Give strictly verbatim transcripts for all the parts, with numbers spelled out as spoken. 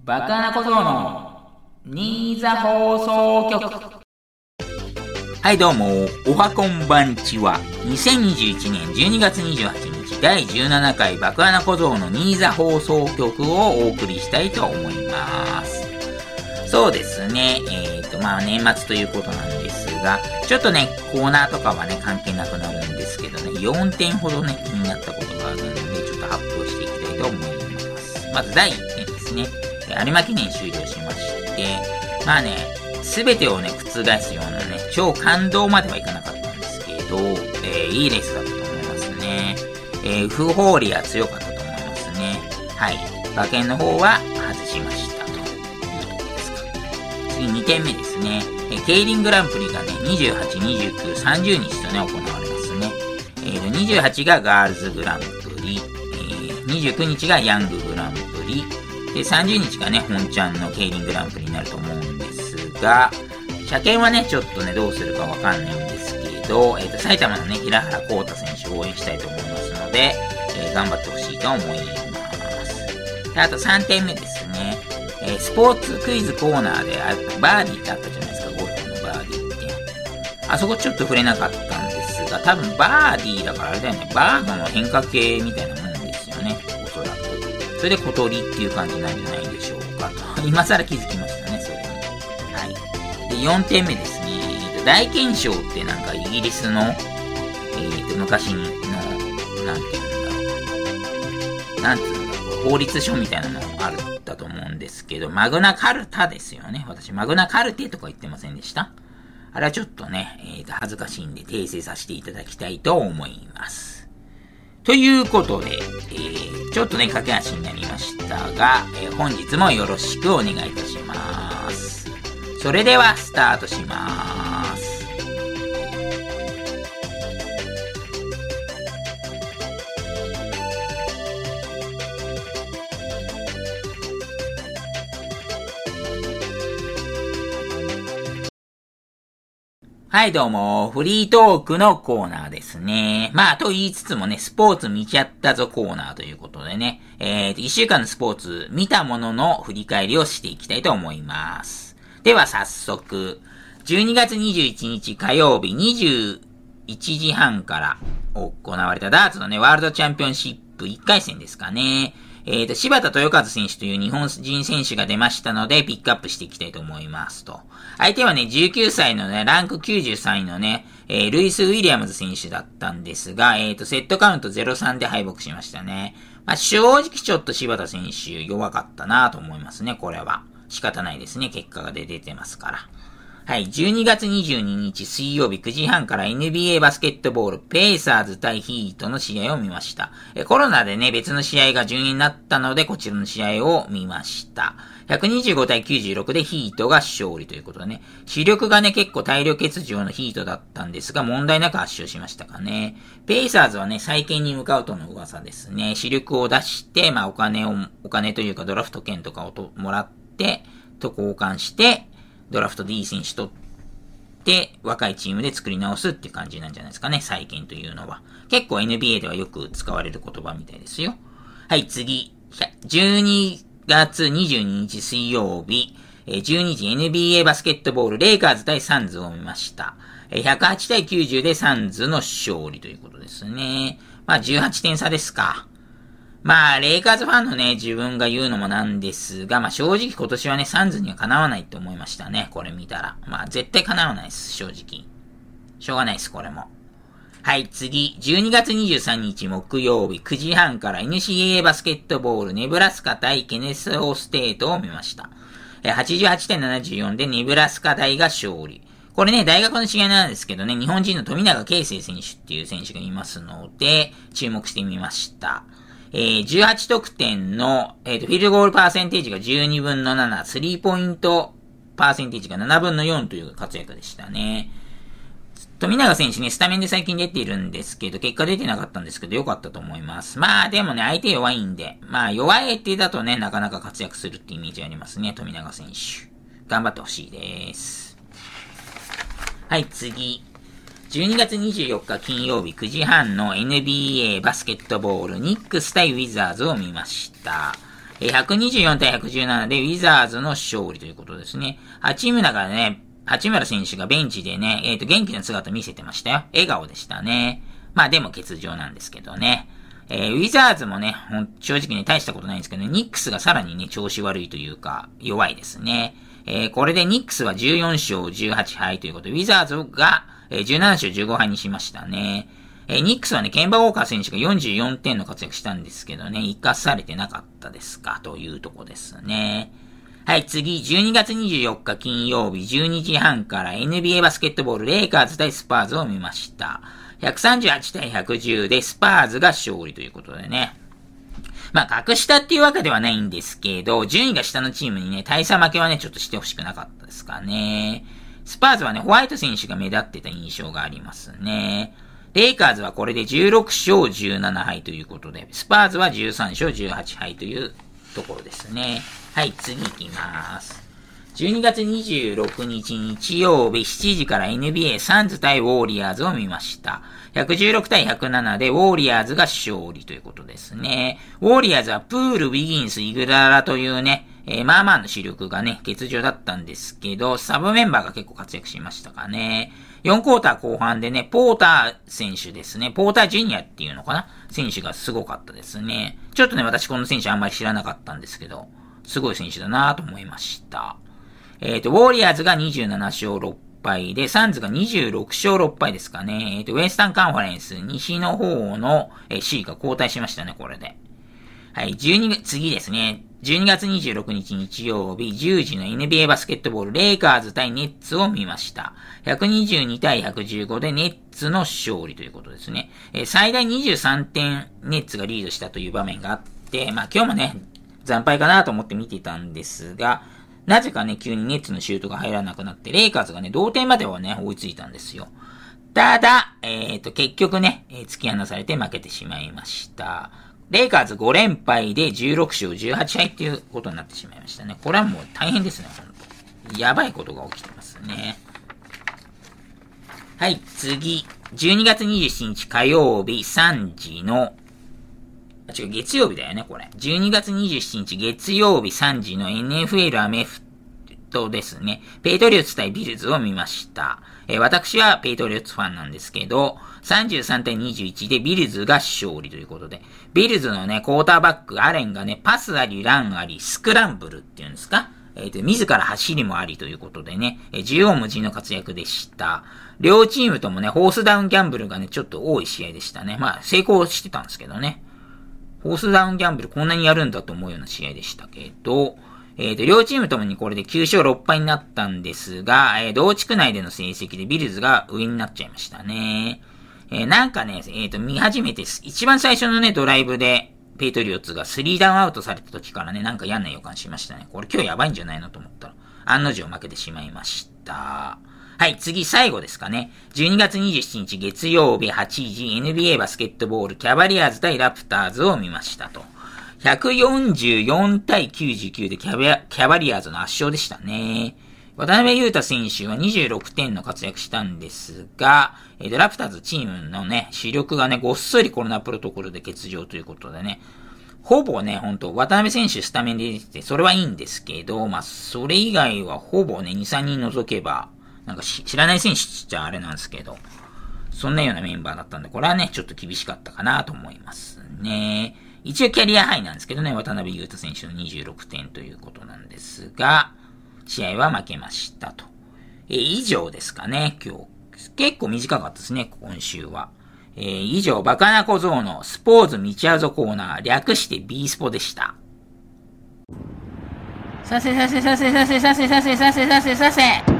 バカな小僧の新座放送局。はいどうも、おはこんばんちは。にせんにじゅういちねんじゅうにがつにじゅうはちにちだいじゅうななかいバカな小僧の新座放送局をお送りしたいと思います。そうですね、えーとまあ年末ということなんですが、ちょっとねコーナーとかはね関係なくなるんですけどね、よんてんほどね気になったことがあるのでちょっと発表していきたいと思います。まずだいいってんですね。有馬記念終了しまして、まあね全てをね覆すようなね超感動まではいかなかったんですけど、えー、いいレースだったと思いますね。えー、フホーリア強かったと思いますね。はい、馬券の方は外しましたというところですか。次にてんめですね。えー、ケイリングランプリがねにじゅうはち、にじゅうく、さんじゅうにちとね行われますね。えー、にじゅうはちがガールズグランプリ、えー、にじゅうくにちがヤンググランプリで、さんじゅうにちがね本ちゃんのケイリングランプリになると思うんですが、車検はねちょっとねどうするかわかんないんですけど、えーと埼玉のね平原幸太選手を応援したいと思いますので、えー、頑張ってほしいと思います。であとさんてんめですね。えー、スポーツクイズコーナーであバーディーってあったじゃないですか。ゴルフのバーディーって、あそこちょっと触れなかったんですが、多分バーディーだからあれだよね、バードの変化系みたいなもんですよね、おそらく。それで小鳥っていう感じなんじゃないでしょうかと今更気づきましたね、それに。はい。でよんてんめですね。大憲章ってなんかイギリスの、えー、と昔のなんていうんだろうなんていうんだろう法律書みたいなのあるんだと思うんですけど、マグナカルタですよね。私マグナカルテとか言ってませんでした？あれはちょっとね、えー、と恥ずかしいんで訂正させていただきたいと思います。ということで、えー、ちょっとね駆け足になりましたが、えー、本日もよろしくお願いいたします。それではスタートします。はいどうも、フリートークのコーナーですね。まあと言いつつもね、スポーツ見ちゃったぞコーナーということでね、えーといっしゅうかんのスポーツ見たものの振り返りをしていきたいと思います。では早速、じゅうにがつにじゅういちにち火曜日にじゅういちじはんから行われたダーツのね、ワールドチャンピオンシップいっかいせんですかね。えーと、柴田豊和選手という日本人選手が出ましたので、ピックアップしていきたいと思いますと。相手はね、じゅうきゅうさいのね、ランクきゅうじゅうさんいのね、えー、ルイス・ウィリアムズ選手だったんですが、えーと、セットカウント ゼロたいさん で敗北しましたね。まあ、正直ちょっと柴田選手弱かったなと思いますね、これは。仕方ないですね、結果が出てますから。はい、じゅうにがつにじゅうににち水曜日くじはんから エヌビーエー バスケットボールペイサーズ対ヒートの試合を見ました。えコロナでね、別の試合が順延になったので、こちらの試合を見ました。ひゃくにじゅうごたいきゅうじゅうろくでヒートが勝利ということでね、主力がね、結構大量欠場のヒートだったんですが、問題なく圧勝しましたかね。ペイサーズはね、再建に向かうとの噂ですね。主力を出して、まあお金を、お金というかドラフト券とかをともらって、と交換して、ドラフトでいい選手取って、若いチームで作り直すっていう感じなんじゃないですかね、再建というのは。結構 エヌビーエー ではよく使われる言葉みたいですよ。はい、次。じゅうにがつにじゅうににち水曜日、じゅうにじ エヌビーエー バスケットボール、レイカーズ対サンズを見ました。ひゃくはちたいきゅうじゅうでサンズの勝利ということですね。まあじゅうはってん差ですか。まあ、レイカーズファンのね、自分が言うのもなんですが、まあ正直今年はね、サンズにはかなわないって思いましたね。これ見たら。まあ絶対かなわないです、正直。しょうがないです、これも。はい、次。じゅうにがつにじゅうさんにち木曜日くじはんから エヌシーエーエー バスケットボール、ネブラスカ対ケネスオステートを見ました。はちじゅうはちたいななじゅうよんでネブラスカ大が勝利。これね、大学の試合なんですけどね、日本人の富永啓生選手っていう選手がいますので、注目してみました。えー、じゅうはちとくてんの、えーと、フィールドゴールパーセンテージがじゅうにぶんのなな、スリーポイントパーセンテージがななぶんのよんという活躍でしたね。富永選手ね、スタメンで最近出ているんですけど、結果出てなかったんですけど、良かったと思います。まあでもね、相手弱いんで、まあ弱い相手だとね、なかなか活躍するってイメージありますね、富永選手。頑張ってほしいです。はい、次。じゅうにがつにじゅうよっか金曜日くじはんの エヌビーエー バスケットボールニックス対ウィザーズを見ました。 ひゃくにじゅうよんたいひゃくじゅうななでウィザーズの勝利ということですね。八村がね、八村選手がベンチでね、えっと、元気な姿見せてましたよ。笑顔でしたね。まあでも欠場なんですけどね。えー、ウィザーズもね、ほん、正直ね、大したことないんですけどね、ニックスがさらにね、調子悪いというか、弱いですね。えー、これでニックスはじゅうよんしょうじゅうはちはいということで、ウィザーズが、えー、じゅうななしょうじゅうごはいにしましたね。えー、ニックスはね、ケンバ・ウォーカー選手がよんじゅうよんてんの活躍したんですけどね、生かされてなかったですか、というとこですね。はい、次、じゅうにがつにじゅうよっか金曜日じゅうにじはんから エヌビーエー バスケットボールレイカーズ対スパーズを見ました。ひゃくさんじゅうはちたいひゃくじゅうでスパーズが勝利ということでね。まあ、格下っていうわけではないんですけど、順位が下のチームにね、大差負けはね、ちょっとしてほしくなかったですかね。スパーズはね、ホワイト選手が目立ってた印象がありますね。レイカーズはこれでじゅうろくしょうじゅうななはいということで、スパーズはじゅうさんしょうじゅうはちはいというところですね。はい、次行きます。じゅうにがつにじゅうろくにち日曜日しちじから エヌビーエー サンズ対ウォーリアーズを見ました。ひゃくじゅうろくたいひゃくななでウォーリアーズが勝利ということですね。ウォーリアーズはプール、ウィギンス、イグダラというね、えー、まあまあの主力がね、欠場だったんですけど、サブメンバーが結構活躍しましたかね。よんクォーター後半でね、ポーター選手ですね。ポータージュニアっていうのかな選手がすごかったですね。ちょっとね、私この選手あんまり知らなかったんですけど、すごい選手だなぁと思いました。えっと、ウォーリアーズがにじゅうななしょうろっぱいで、サンズがにじゅうろくしょうろっぱいですかね。えっと、ウエスタンカンファレンス、西の方の C が交代しましたね、これで。はい、じゅうに、次ですね。じゅうにがつにじゅうろくにち日曜日じゅうじの エヌビーエー バスケットボールレイカーズ対ネッツを見ました。ひゃくにじゅうにたいひゃくじゅうごでネッツの勝利ということですね。えー、最大にじゅうさんてんネッツがリードしたという場面があって、まあ今日もね、惨敗かなと思って見てたんですが、なぜかね、急にネッツのシュートが入らなくなって、レイカーズがね、同点まではね、追いついたんですよ。ただ、えっと、結局ね、えー、突き放されて負けてしまいました。レイカーズごれんぱいでじゅうろくしょうじゅうはちはいっていうことになってしまいましたね。これはもう大変ですね、ほんと。やばいことが起きてますね。はい、次。じゅうにがつにじゅうしちにち火曜日さんじの、あ、違う、月曜日だよね、これ。じゅうにがつにじゅうしちにち月曜日さんじの エヌエフエル アメフトですね。ペイトリオッツ対ビルズを見ました。えー、私はペイトリオッツファンなんですけど、さんじゅうさんたいにじゅういちでビルズが勝利ということで、ビルズのね、クォーターバック、アレンがね、パスあり、ランあり、スクランブルっていうんですか？えっと、自ら走りもありということでね、えー、縦横無尽の活躍でした。両チームともね、ホースダウンギャンブルがね、ちょっと多い試合でしたね。まあ、成功してたんですけどね。ホースダウンギャンブルこんなにやるんだと思うような試合でしたけど、えっと、両チームともにこれできゅうしょうろっぱいになったんですが、えー、同地区内での成績でビルズが上になっちゃいましたね。えー、なんかね、えっと、見始めて、一番最初のね、ドライブで、ペイトリオッツがスリーダウンアウトされた時からね、なんか嫌な予感しましたね。これ今日やばいんじゃないのと思ったら、案の定負けてしまいました。はい、次最後ですかね。じゅうにがつにじゅうしちにち月曜日はちじ エヌビーエー バスケットボールキャバリアーズ対ラプターズを見ましたと。ひゃくよんじゅうよんたいきゅうじゅうきゅうでキャバ、キャバリアーズの圧勝でしたね。渡辺裕太選手はにじゅうろくてんの活躍したんですが、えー、ラプターズチームのね、主力がね、ごっそりコロナプロトコルで欠場ということでね、ほぼね、ほんと、渡辺選手スタメンで出てて、それはいいんですけど、まあ、それ以外はほぼね、に、さんにん除けば、なんか知らない選手じゃあれなんですけど、そんなようなメンバーだったんで、これはね、ちょっと厳しかったかなと思いますね。一応キャリアハイなんですけどね、渡辺裕太選手のにじゅうろくてんということなんですが、試合は負けましたと。えー、以上ですかね、今日。結構短かったですね、今週は。えー、以上、バカな小僧のスポーツ道あぞコーナー、略して B スポでした。させさせさせさせさせさせさせさせさせ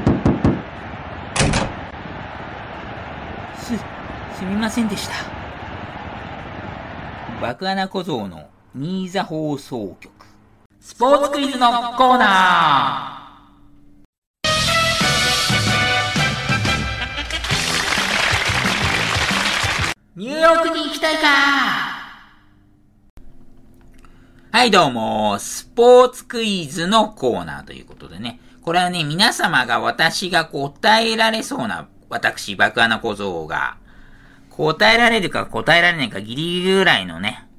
す、すみませんでした。バカな小僧の新座放送局。スポーツクイズのコーナー。ニューヨークに行きたいか。はいどうも、スポーツクイズのコーナーということでね。これはね、皆様が私が答えられそうな、私、バカな小僧が、答えられるか答えられないかギリギリぐらいのね、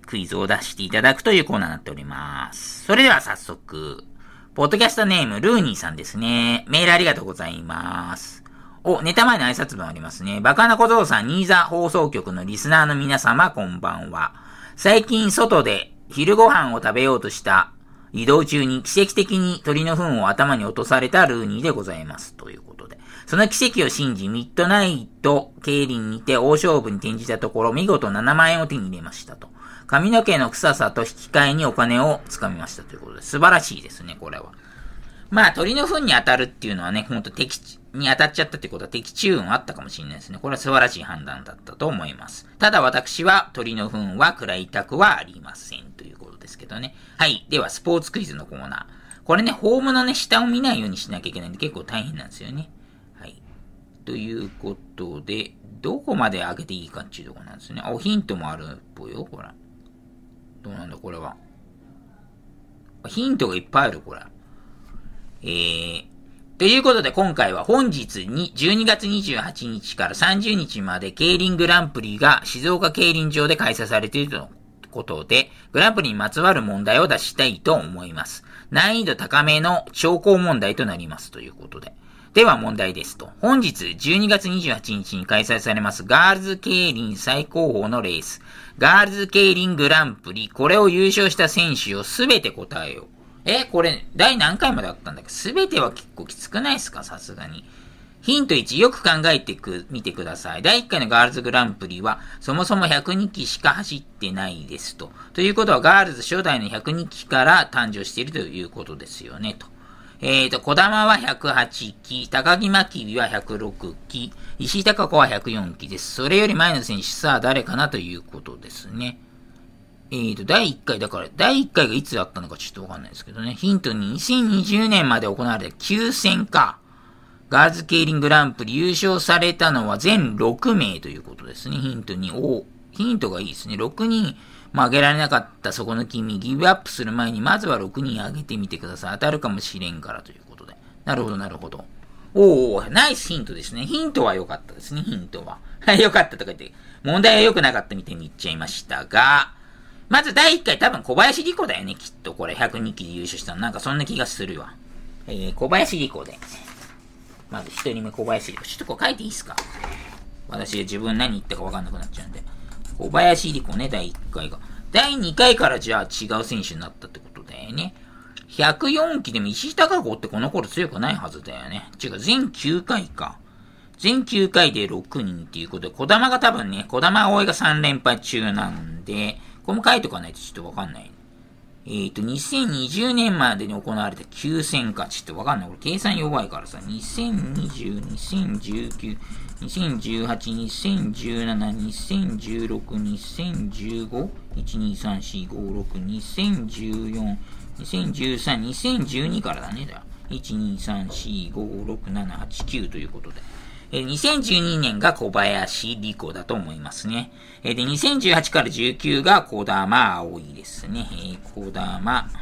クイズを出していただくというコーナーになっております。それでは早速、ポッドキャストネームルーニーさんですね。メールありがとうございます。お、ネタ前の挨拶文ありますね。バカな小僧さん、新座放送局のリスナーの皆様、こんばんは。最近外で昼ご飯を食べようとした移動中に奇跡的に鳥の糞を頭に落とされたルーニーでございます。ということで。その奇跡を信じ、ミッドナイト競輪にて大勝負に転じたところ、見事ななまんえんを手に入れましたと。髪の毛の臭さと引き換えにお金をつかみましたということで、素晴らしいですね、これは。まあ、鳥の糞に当たるっていうのはね、ほんと敵に当たっちゃったってことは的中運あったかもしれないですね。これは素晴らしい判断だったと思います。ただ私は鳥の糞は食らいたくはありませんということですけどね。はい。では、スポーツクイズのコーナー。これね、ホームのね、下を見ないようにしなきゃいけないんで結構大変なんですよね。はい。ということで、どこまで上げていいかっていうところなんですね。あ、ヒントもあるっぽいよ、これ。どうなんだ、これは。ヒントがいっぱいある、これ。えー、ということで今回は本日にじゅうにがつにじゅうはちにちからさんじゅうにちまで競輪グランプリが静岡競輪場で開催されているとことで、グランプリにまつわる問題を出したいと思います。難易度高めの兆候問題となりますということで。では問題ですと。本日じゅうにがつにじゅうはちにちに開催されますガールズ競輪最高峰のレース。ガールズ競輪グランプリ。これを優勝した選手をすべて答えよう。え、これ、第何回まであったんだっけ？すべては結構きつくないですか？さすがに。ヒントいち、よく考えてく、見てください。だいいっかいのガールズグランプリは、そもそもひゃくにきしか走ってないですと。ということは、ガールズ初代のひゃくにきから誕生しているということですよね、と。えーと、小玉はひゃくはちき、高木真希はひゃくろくき、石井貴子はひゃくよんきです。それより前の選手、さあ誰かなということですね。えーと、だいいっかい、だから、だいいっかいがいつだったのかちょっとわかんないですけどね。ヒントに、にせんにじゅうねんまで行われたきゅうせんか。ガールズ競輪グランプリ優勝されたのは全ろくめいということですね。ヒントに、おヒントがいいですね。ろくにん、まあ、上げられなかったそこの君、ギブアップする前に、まずはろくにん上げてみてください。当たるかもしれんからということで。なるほど、なるほど。おー、ナイスヒントですね。ヒントは良かったですね、ヒントは。はい、良かったとか言って、問題は良くなかったみたいに言っちゃいましたが、まずだいいっかい多分小林莉子だよね、きっとこれひゃくにきで優勝したの。なんかそんな気がするわ。えー、小林莉子で。まずひとりめ小林莉子。ちょっとこう書いていいっすか？私が自分何言ったか分かんなくなっちゃうんで。小林莉子ね、だいいっかいが。だいにかいからじゃあ違う選手になったってことだよね。ひゃくよんきでも石井貴子ってこの頃強くないはずだよね。違う、全きゅうかいか。全きゅうかいでろくにんっていうことで、小玉が多分ね、小玉葵がさんれんぱい中なんで、これも書いとかないとちょっとわかんない。えっと、にせんにじゅうねんまでに行われたきゅうせんか。ちょっとわかんない。これ計算弱いからさ。にせんにじゅう、にせんじゅうきゅう、にせんじゅうはち、にせんじゅうなな、にせんじゅうろく、にせんじゅうご、いち、に、さん、よん、ご、ろく、にせんじゅうよん、にせんじゅうさん、にせんじゅうにからだね。だ。いち、に、さん、よん、ご、ろく、なな、はち、きゅうということで。え、にせんじゅうにねんが小林莉子だと思いますね。え、で、にせんじゅうはちからじゅうきゅうが小玉葵ですね。えー、小玉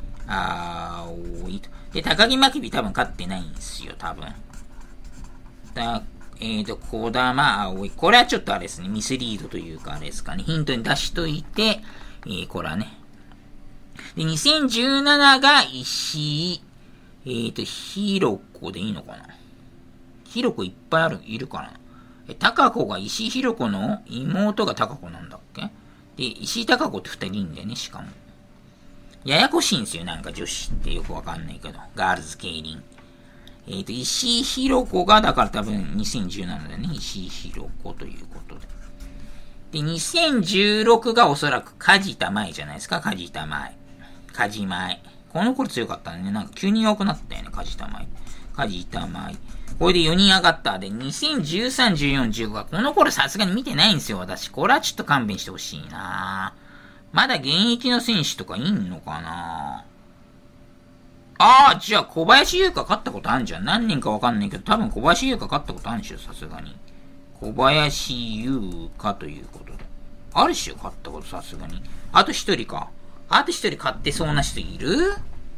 葵と。で、高木真希多分勝ってないんですよ、多分。だ、えーと、小玉葵。これはちょっとあれですね、ミスリードというかあれですかね。ヒントに出しといて、えー、これはね。で、にせんじゅうななが石井、えーと、ひろこでいいのかな？ひろこいっぱいある、いるかな。え、たかこが石井ひろこの妹がたかこなんだっけ？で、石井たかこって二人いんだよね、しかも。ややこしいんですよ、なんか女子ってよくわかんないけど。ガールズ競輪。えっ、ー、と、石井ひろこが、だから多分にせんじゅうななだよね、石井ひろこということで。で、にせんじゅうろくがおそらく梶田舞じゃないですか、梶田舞。梶舞。この頃強かったね。なんか急に弱くなったよね、梶田舞。梶田舞。これでよにん上がった。で、にせんじゅうさん、じゅうよん、じゅうごが、この頃さすがに見てないんですよ、私。これはちょっと勘弁してほしいなまだ現役の選手とかいんのかなああ、じゃあ小林優香勝ったことあるじゃん。何人かわかんないけど、多分小林優香勝ったことあるんでしょ、さすがに。小林優香ということで。あるっしょ、勝ったことさすがに。あと一人か。あと一人勝ってそうな人いる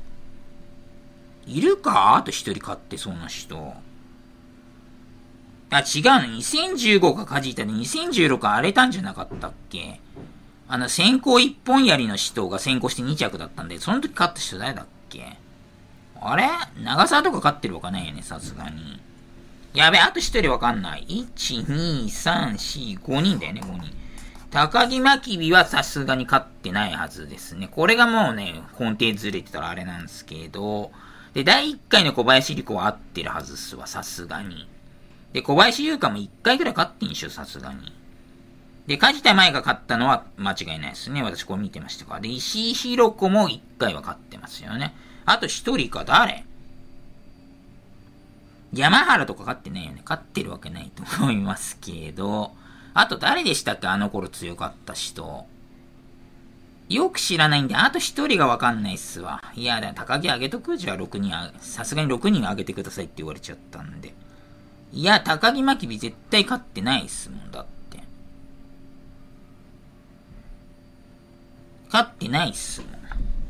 いるかあと一人勝ってそうな人。あ、違うの。にせんじゅうごが梶田でにせんじゅうろく荒れたんじゃなかったっけ？ あの、先行一本槍の人が先行してに着だったんで、その時勝った人誰だっけ？あれ長沢とか勝ってるわかないよね、さすがに。やべ、あと一人わかんない。いち、に、さん、よん、ごにんだよね、ごにん。高木真備はさすがに勝ってないはずですね。これがもうね、根底ずれてたらあれなんですけど、で、だいいっかいの小林理子は合ってるはずっすわ、さすがに。で、小林優香もいっかいくらい勝ってんしょ、さすがに。で、梶田舞が勝ったのは間違いないですね。私これ見てましたから。で、石井宏子もいっかいは勝ってますよね。あとひとりか、誰？山原とか勝ってないよね。勝ってるわけないと思いますけど。あと誰でしたっけ？あの頃強かった人。よく知らないんで、あと一人がわかんないっすわ。いや、だ高木あげとく？じゃあろくにんあ、さすがにろくにんあげてくださいって言われちゃったんで。いや、高木真備絶対勝ってないっすもん、だって。勝ってないっすもん。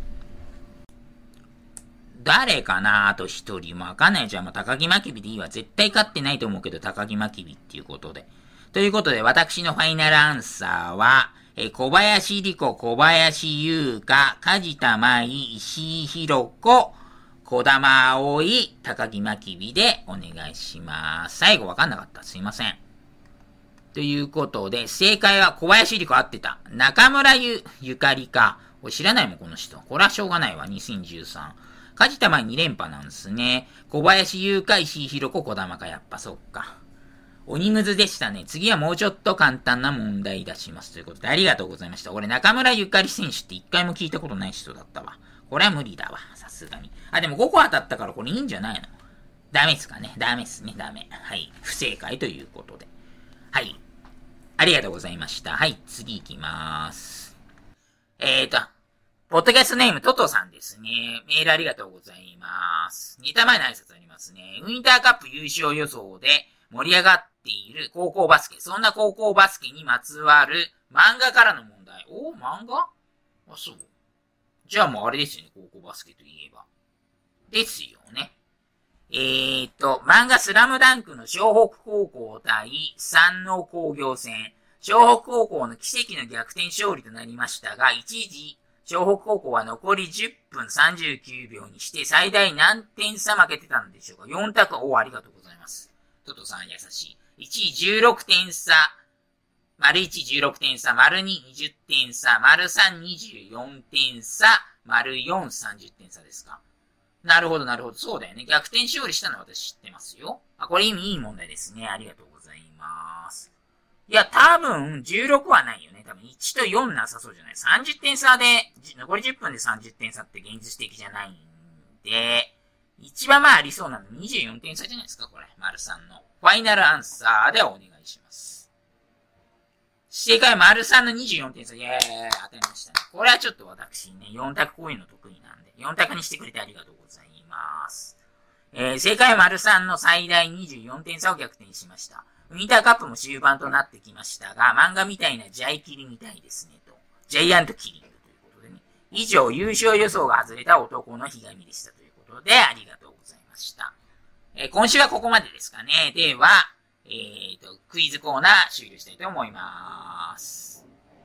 誰かなあと一人もわかんない。じゃあもう高木真備でいいわ。絶対勝ってないと思うけど、高木真備っていうことで。ということで、私のファイナルアンサーは、え小林理子、小林優香、梶田舞、石井宏子、小玉葵、高木真備でお願いします。最後わかんなかった。すいません。ということで、正解は小林理子合ってた。中村ゆ、ゆかりか。俺知らないもん、この人。これはしょうがないわ、にせんじゅうさん。梶田舞に連覇なんですね。小林優香、石井宏子、小玉か。やっぱそっか。鬼むずでしたね。次はもうちょっと簡単な問題出します。ということで、ありがとうございました。俺、中村ゆかり選手って一回も聞いたことない人だったわ。これは無理だわ。さすがに。あ、でもごこ当たったからこれいいんじゃないの？ダメですかね。ダメっすね。ダメ。はい。不正解ということで。はい。ありがとうございました。はい。次行きまーす。えーと、ポッドキャストネームトトさんですね。メールありがとうございます。にたまえの挨拶ありますね。ウィンターカップ優勝予想で盛り上がっている高校バスケ。そんな高校バスケにまつわる漫画からの問題。おー、漫画？あ、そう。じゃあもうあれですよね、高校バスケといえば。ですよね。えーと、漫画スラムダンクの湘北高校対山王工業戦。湘北高校の奇跡の逆転勝利となりましたが、一時、湘北高校は残りじゅっぷんさんじゅうきゅうびょうにして最大何点差負けてたんでしょうか？ よん 択、お、ありがとうございます。トトさん優しい。いちいじゅうろくてん差。丸いち、じゅうろくてん差。丸に、にじゅってん差。丸さん、にじゅうよんてん差。丸よん、さんじゅってん差ですか。なるほど、なるほど。そうだよね。逆転勝利したのは私知ってますよ。あ、これ意味いい問題ですね。ありがとうございます。いや、多分、じゅうろくはないよね。多分、いちとよんなさそうじゃない。さんじゅってん差で、残りじゅっぷんでさんじゅってん差って現実的じゃないんで、一番まあありそうなのにじゅうよんてん差じゃないですか、これ。丸さんの。ファイナルアンサーでお願いします。正解は丸さんのにじゅうよんてん差。イェーイ、当たりましたね。これはちょっと私ね、よん択こういうの得意なんで、よん択にしてくれてありがとうございます。えー、正解は丸さんの最大にじゅうよんてん差を逆転しました。ウィンターカップも終盤となってきましたが、漫画みたいなジャイキリみたいですねと。ジャイアントキリングということでね。以上、優勝予想が外れた男のひがみでしたということで、ありがとうございました。えー、今週はここまでですかね。では、えーと、クイズコーナー終了したいと思います。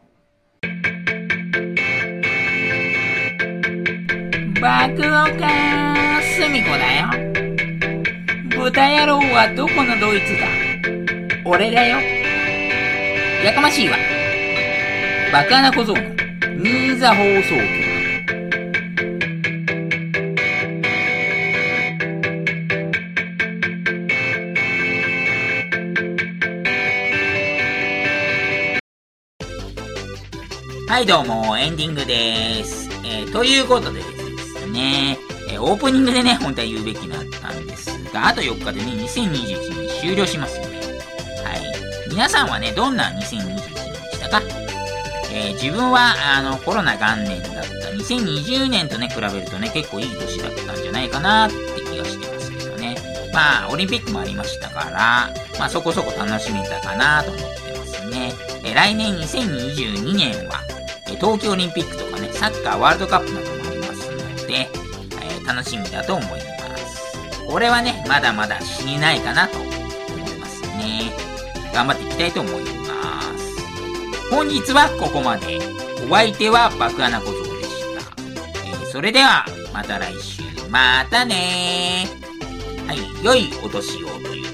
爆岡すみこだよ。豚野郎はどこのドイツだ？俺だよ。やかましいわ。バカな小僧の新座放送局。はいどうも、エンディングです。えー、ということでですね、えー、オープニングでね、本当は言うべきだったんですが、あとよっかでね、にせんにじゅういちねん終了しますよね。はい。皆さんはね、どんなにせんにじゅういちねんでしたか？えー、自分は、あの、コロナ元年だったにせんにじゅうねんとね、比べるとね、結構いい年だったんじゃないかなって気がしてますけどね。まあ、オリンピックもありましたから、まあ、そこそこ楽しめたかなと思ってますね。えー、来年にせんにじゅうにねんは、東京オリンピックとかね、サッカーワールドカップなどもありますので、えー、楽しみだと思います。これはね、まだまだ死ねないかなと思いますね。頑張っていきたいと思います。本日はここまで。 お相手は爆穴小僧でした。えー、それでは、また来週。またねー。はい、良いお年をという